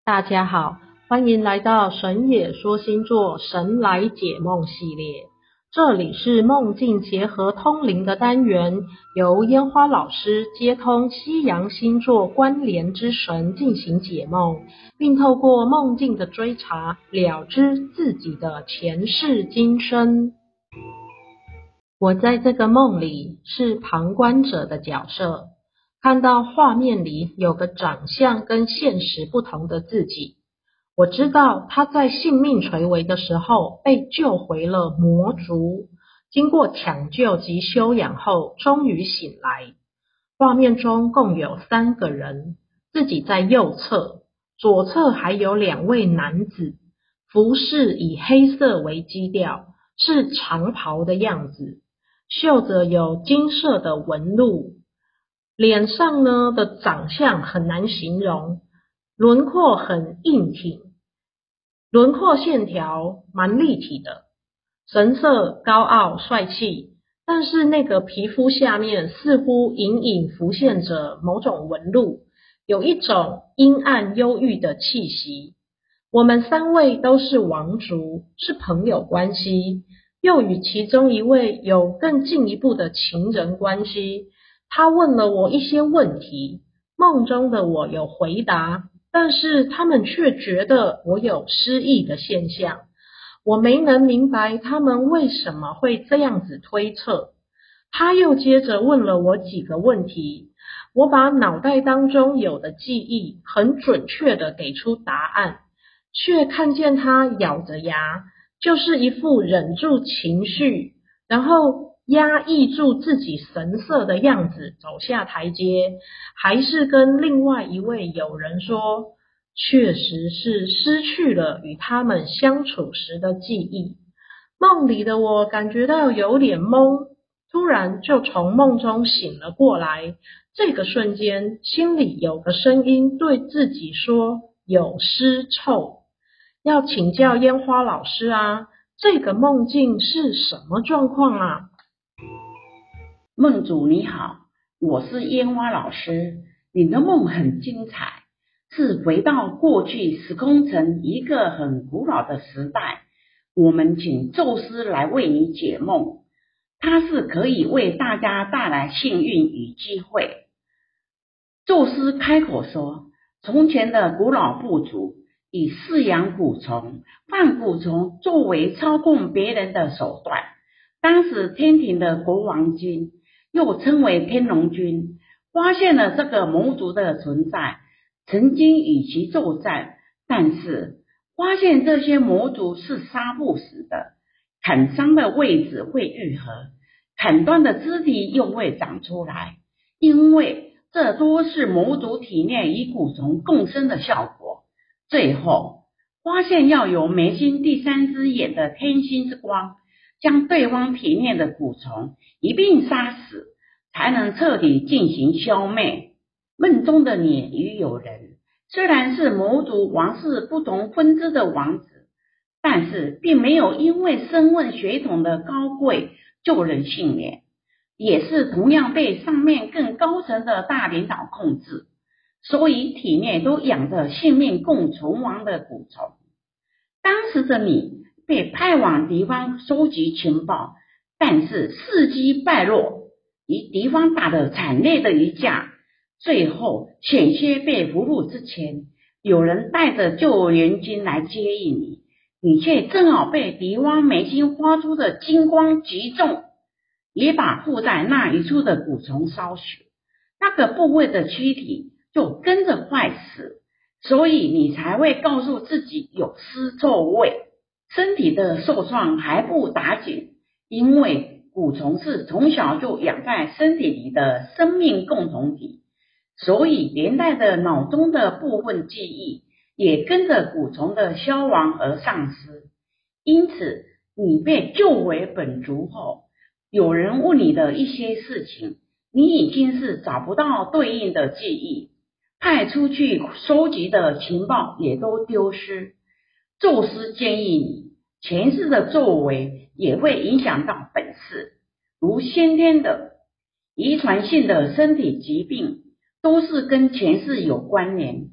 大家好，欢迎来到神野说星座神来解梦系列。这里是梦境结合通灵的单元，由烟花老师接通西洋星座关联之神进行解梦，并透过梦境的追查，了知自己的前世今生。我在这个梦里是旁观者的角色，看到画面里有个长相跟现实不同的自己。我知道他在性命垂危的时候被救回了魔族，经过抢救及休养后终于醒来。画面中共有3个人，自己在右侧，左侧还有2位男子，服饰以黑色为基调，是长袍的样子，绣着有金色的纹路，脸上呢的长相很难形容，轮廓很硬挺，轮廓线条蛮立体的，神色高傲帅气，但是那个皮肤下面似乎隐隐浮现着某种纹路，有一种阴暗忧郁的气息。我们3位都是王族，是朋友关系，又与其中一位有更进一步的情人关系。他问了我一些问题，梦中的我有回答，但是他们却觉得我有失忆的现象。我没能明白他们为什么会这样子推测。他又接着问了我几个问题，我把脑袋当中有的记忆很准确地给出答案，却看见他咬着牙，就是一副忍住情绪，然后压抑住自己神色的样子走下台阶，还是跟另外一位友人说，确实是失去了与他们相处时的记忆。梦里的我感觉到有点懵，突然就从梦中醒了过来。这个瞬间，心里有个声音对自己说，有尸臭。要请教烟花老师啊，这个梦境是什么状况啊？ 梦主你好，我是烟花老师。你的梦很精彩，是回到过去时空城一个很古老的时代。我们请宙斯来为你解梦，他是可以为大家带来幸运与机会。宙斯开口说，从前的古老部族以饲养蛊虫、放蛊虫作为操控别人的手段。当时天庭的国王军，又称为天龙军，发现了这个魔族的存在，曾经与其作战，但是发现这些魔族是杀不死的，砍伤的位置会愈合，砍断的肢体又会长出来，因为这多是魔族体内与蛊虫共生的效果。最后发现要有眉心第3只眼的天心之光，将对方体内的蛊虫一并杀死，才能彻底进行消灭。梦中的你与友人虽然是魔族王室不同分支的王子，但是并没有因为身份血统的高贵就人幸免，也是同样被上面更高层的大领导控制，所以体内都养着性命共存亡的蛊虫。当时的你被派往敌方收集情报，但是伺机败落，与敌方打得惨烈的一架，最后险些被俘虏之前，有人带着救援军来接应你，你却正好被敌方眉心发出的金光击中，也把附在那一处的蛊虫烧死，那个部位的躯体就跟着坏死，所以你才会告诉自己有尸臭味。身体的受创还不打紧，因为蛊虫是从小就养在身体里的生命共同体，所以连带的脑中的部分记忆也跟着蛊虫的消亡而丧失。因此你被救回本族后，有人问你的一些事情，你已经是找不到对应的记忆，派出去收集的情报也都丢失。宙斯建议你，前世的作为也会影响到本世，如先天的、遗传性的身体疾病，都是跟前世有关联，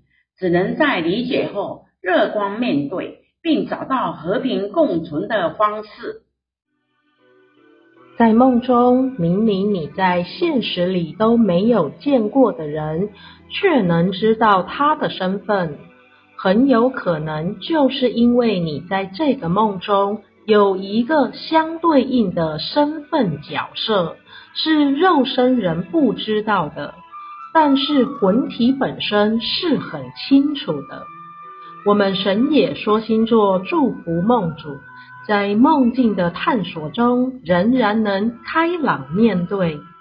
只能在理解后乐观面对，并找到和平共存的方式。 在梦中，明明你在现实里都没有见过的人，却能知道他的身份，很有可能就是因为你在这个梦中有一个相对应的身份角色，是肉身人不知道的，但是魂体本身是很清楚的。我们神野说星座祝福梦主，在梦境的探索中，仍然能开朗面对，